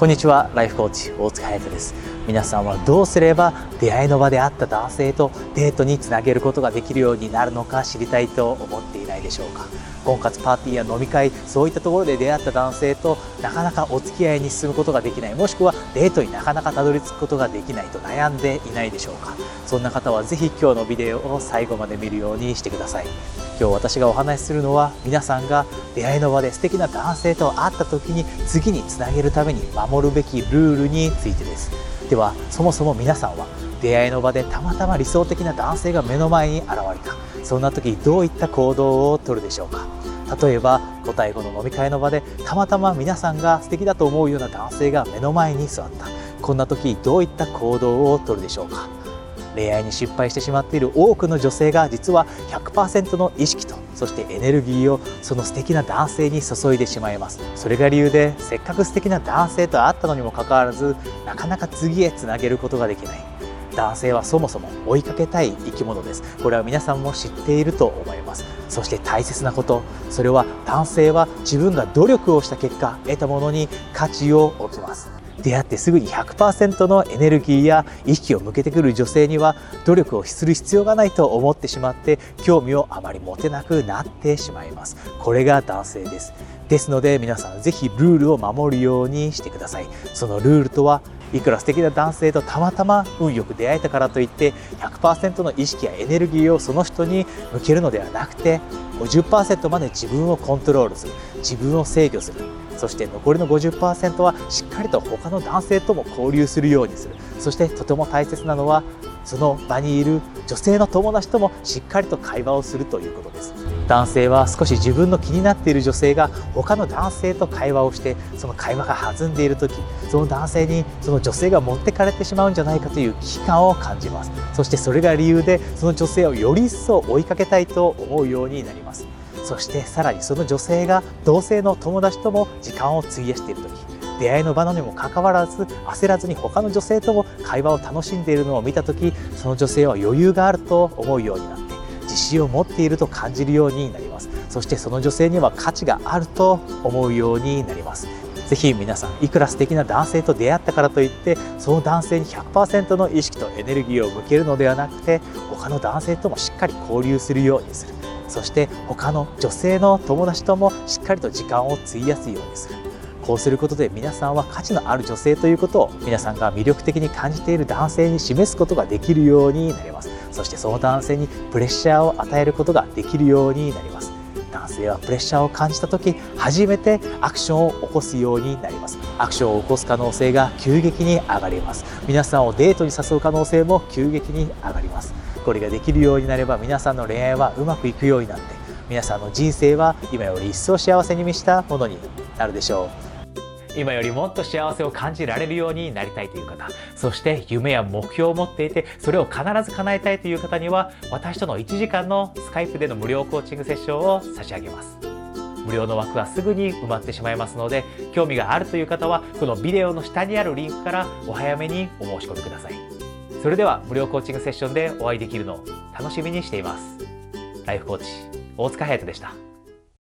こんにちは、ライフコーチ大塚隼人です。皆さんはどうすれば出会いの場で会った男性とデートにつなげることができるようになるのか知りたいと思っていないでしょうか。婚活パーティーや飲み会、そういったところで出会った男性となかなかお付き合いに進むことができない、もしくはデートになかなかたどり着くことができないと悩んでいないでしょうか。そんな方はぜひ今日のビデオを最後まで見るようにしてください。今日私がお話しするのは、皆さんが出会いの場で素敵な男性と会った時に次につなげるために守るべきルールについてです。ではそもそも皆さんは出会いの場でたまたま理想的な男性が目の前に現れた、そんな時どういった行動をとるでしょうか。例えばご対後の飲み会の場でたまたま皆さんが素敵だと思うような男性が目の前に座った、こんな時どういった行動をとるでしょうか。恋愛に失敗してしまっている多くの女性が実は 100% の意識とそしてエネルギーをその素敵な男性に注いでしまいます。それが理由でせっかく素敵な男性と会ったのにもかかわらずなかなか次へつなげることができない。男性はそもそも追いかけたい生き物です。これは皆さんも知っていると思います。そして大切なこと、それは男性は自分が努力をした結果得たものに価値を置きます。出会ってすぐに 100% のエネルギーや意識を向けてくる女性には努力をする必要がないと思ってしまって興味をあまり持てなくなってしまいます。これが男性です。ですので皆さんぜひルールを守るようにしてください。そのルールとは、いくら素敵な男性とたまたま運よく出会えたからといって 100% の意識やエネルギーをその人に向けるのではなくて、 50% まで自分をコントロールする、自分を制御する、そして残りの 50% はしっかりと他の男性とも交流するようにする。そしてとても大切なのは、その場にいる女性の友達ともしっかりと会話をするということです。男性は少し自分の気になっている女性が他の男性と会話をして、その会話が弾んでいる時、その男性にその女性が持ってかれてしまうんじゃないかという危機感を感じます。そしてそれが理由でその女性をより一層追いかけたいと思うようになります。そしてさらにその女性が同性の友達とも時間を費やしている時、出会いの場なのにもかかわらず焦らずに他の女性とも会話を楽しんでいるのを見た時、その女性は余裕があると思うようになって自信を持っていると感じるようになります。そしてその女性には価値があると思うようになります。ぜひ皆さん、いくら素敵な男性と出会ったからといってその男性に 100% の意識とエネルギーを向けるのではなくて、他の男性ともしっかり交流するようにする。そして他の女性の友達ともしっかりと時間を費やすようにする。こうすることで皆さんは価値のある女性ということを皆さんが魅力的に感じている男性に示すことができるようになります。そしてその男性にプレッシャーを与えることができるようになります。男性はプレッシャーを感じた時初めてアクションを起こすようになります。アクションを起こす可能性が急激に上がります。皆さんをデートに誘う可能性も急激に上がります。これができるようになれば皆さんの恋愛はうまくいくようになって、皆さんの人生は今より一層幸せに満ちたものになるでしょう。今よりもっと幸せを感じられるようになりたいという方、そして夢や目標を持っていてそれを必ず叶えたいという方には、私との1時間のスカイプでの無料コーチングセッションを差し上げます。無料の枠はすぐに埋まってしまいますので、興味があるという方はこのビデオの下にあるリンクからお早めにお申し込みください。それでは無料コーチングセッションでお会いできるのを楽しみにしています。ライフコーチ大塚隼人でした。